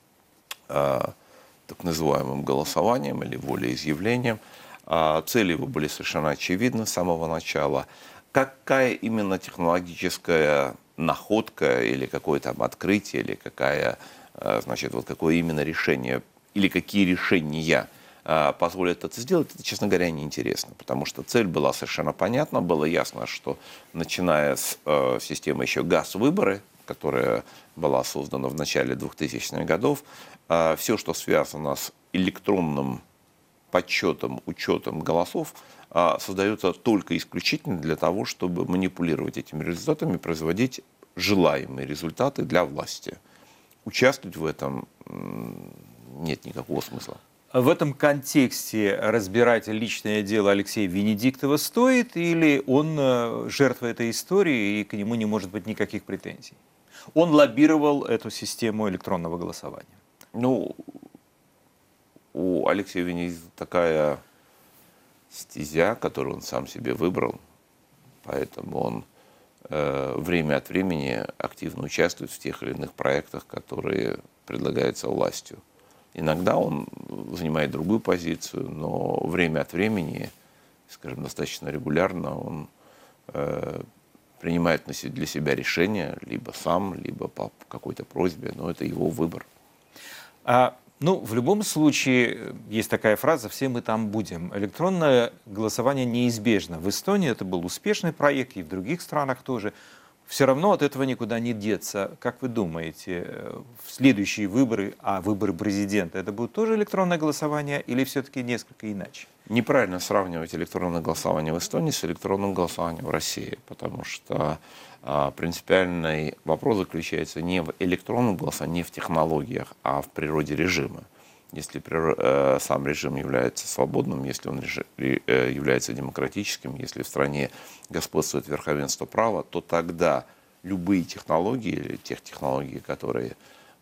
так называемым голосованием или волеизъявлением. Цели его были совершенно очевидны с самого начала. Какая именно технологическая находка или какое-то там открытие, или какая, значит, вот какое именно решение, или какие решения позволят это сделать, это, честно говоря, неинтересно. Потому что цель была совершенно понятна. Было ясно, что начиная с э, системы еще ГАЗ-выборы, которая была создана в начале двухтысячных годов, э, все, что связано с электронным подсчетом, учетом голосов, создается только исключительно для того, чтобы манипулировать этими результатами, производить желаемые результаты для власти. Участвовать в этом нет никакого смысла. В этом контексте разбирать личное дело Алексея Венедиктова стоит, или он жертва этой истории и к нему не может быть никаких претензий? Он лоббировал эту систему электронного голосования. Ну, у Алексея Венедиктова такая стезя, которую он сам себе выбрал, поэтому он э, время от времени активно участвует в тех или иных проектах, которые предлагаются властью. Иногда он занимает другую позицию, но время от времени, скажем, достаточно регулярно он э, принимает для себя решения, либо сам, либо по какой-то просьбе, но это его выбор. А, ну, в любом случае, есть такая фраза «все мы там будем». Электронное голосование неизбежно. В Эстонии это был успешный проект, и в других странах тоже. Все равно от этого никуда не деться. Как вы думаете, в следующие выборы, а выборы президента, это будет тоже электронное голосование или все-таки несколько иначе? Неправильно сравнивать электронное голосование в Эстонии с электронным голосованием в России, потому что а, принципиальный вопрос заключается не в электронном голосовании, не в технологиях, а в природе режима. Если э, сам режим является свободным, если он режим, э, является демократическим, если в стране господствует верховенство права, то тогда любые технологии, или тех технологий, которые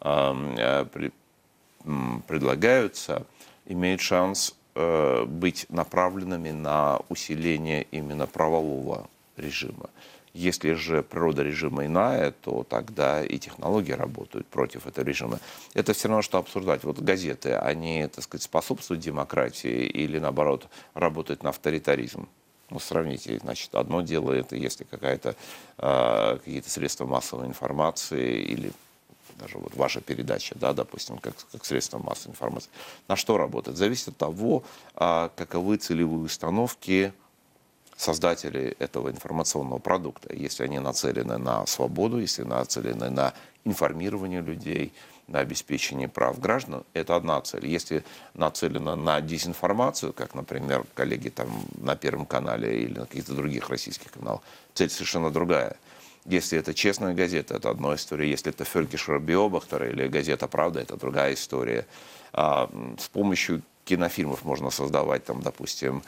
э, при, э, предлагаются, имеют шанс э, быть направленными на усиление именно правового режима. Если же природа режима иная, то тогда и технологии работают против этого режима. Это все равно, что обсуждать. Вот газеты, они, так сказать, способствуют демократии или, наоборот, работают на авторитаризм. Ну, сравните, значит, одно дело это, если какая-то, э, какие-то средства массовой информации или даже вот ваша передача, да, допустим, как, как средство массовой информации. На что работает? Зависит от того, э, каковы целевые установки создатели этого информационного продукта, если они нацелены на свободу, если нацелены на информирование людей, на обеспечение прав граждан, это одна цель. Если нацелена на дезинформацию, как, например, коллеги там на Первом канале или на каких-то других российских каналах, цель совершенно другая. Если это честная газета, это одна история. Если это Фелькишер Биобахтер или газета «Правда», это другая история. А с помощью кинофильмов можно создавать, там, допустим,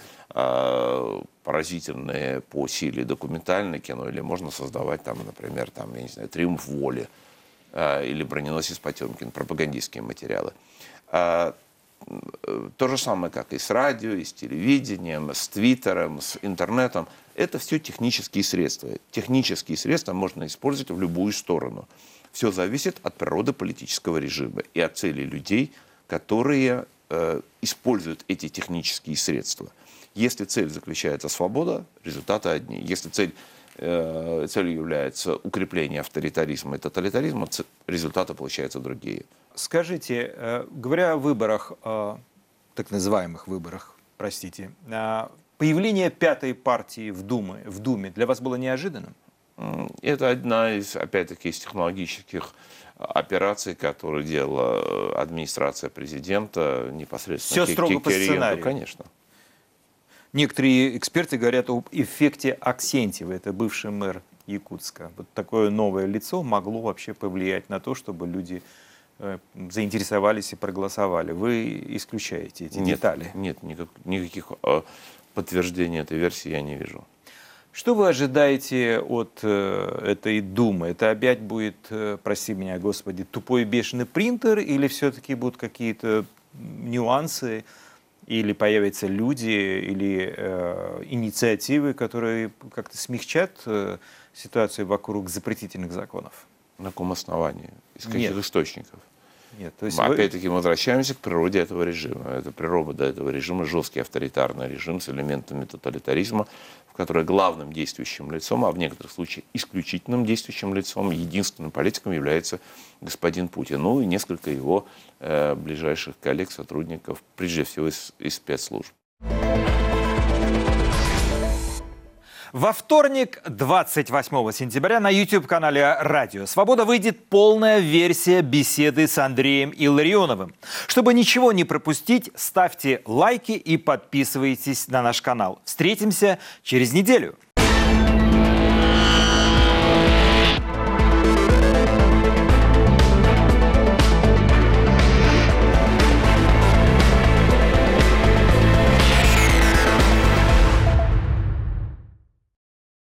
поразительные по силе документальное кино, или можно создавать, там, например, там, я не знаю, «Триумф воли» или «Броненосец Потемкин», пропагандистские материалы. То же самое, как и с радио, и с телевидением, с твиттером, с интернетом. Это все технические средства. Технические средства можно использовать в любую сторону. Все зависит от природы политического режима и от целей людей, которые используют эти технические средства. Если цель заключается в свободе, результаты одни. Если цель, э, целью является укрепление авторитаризма и тоталитаризма, результаты получаются другие. Скажите, э, говоря о выборах, э, так называемых выборах, простите, э, появление пятой партии в Думе, в Думе для вас было неожиданным? Это одна из, опять-таки, из технологических операций, которые делала администрация президента непосредственно. Все строго по сценарию. Конечно. Некоторые эксперты говорят об эффекте Аксентьева, это бывший мэр Якутска. Вот такое новое лицо могло вообще повлиять на то, чтобы люди э, заинтересовались и проголосовали. Вы исключаете эти нет, детали? Нет, никак, никаких э, подтверждений этой версии я не вижу. Что вы ожидаете от э, этой Думы? Это опять будет, э, прости меня, Господи, тупой бешеный принтер, или все-таки будут какие-то нюансы, или появятся люди, или э, инициативы, которые как-то смягчат э, ситуацию вокруг запретительных законов? На каком основании? Из каких Нет. источников? Нет, то есть мы вы... опять-таки мы возвращаемся к природе этого режима. Это природа этого режима, жесткий авторитарный режим с элементами тоталитаризма, в которой главным действующим лицом, а в некоторых случаях исключительным действующим лицом, единственным политиком является господин Путин. Ну и несколько его э, ближайших коллег, сотрудников, прежде всего из, из спецслужб. Во вторник, двадцать восьмого сентября, на YouTube-канале «Радио Свобода» выйдет полная версия беседы с Андреем Илларионовым. Чтобы ничего не пропустить, ставьте лайки и подписывайтесь на наш канал. Встретимся через неделю.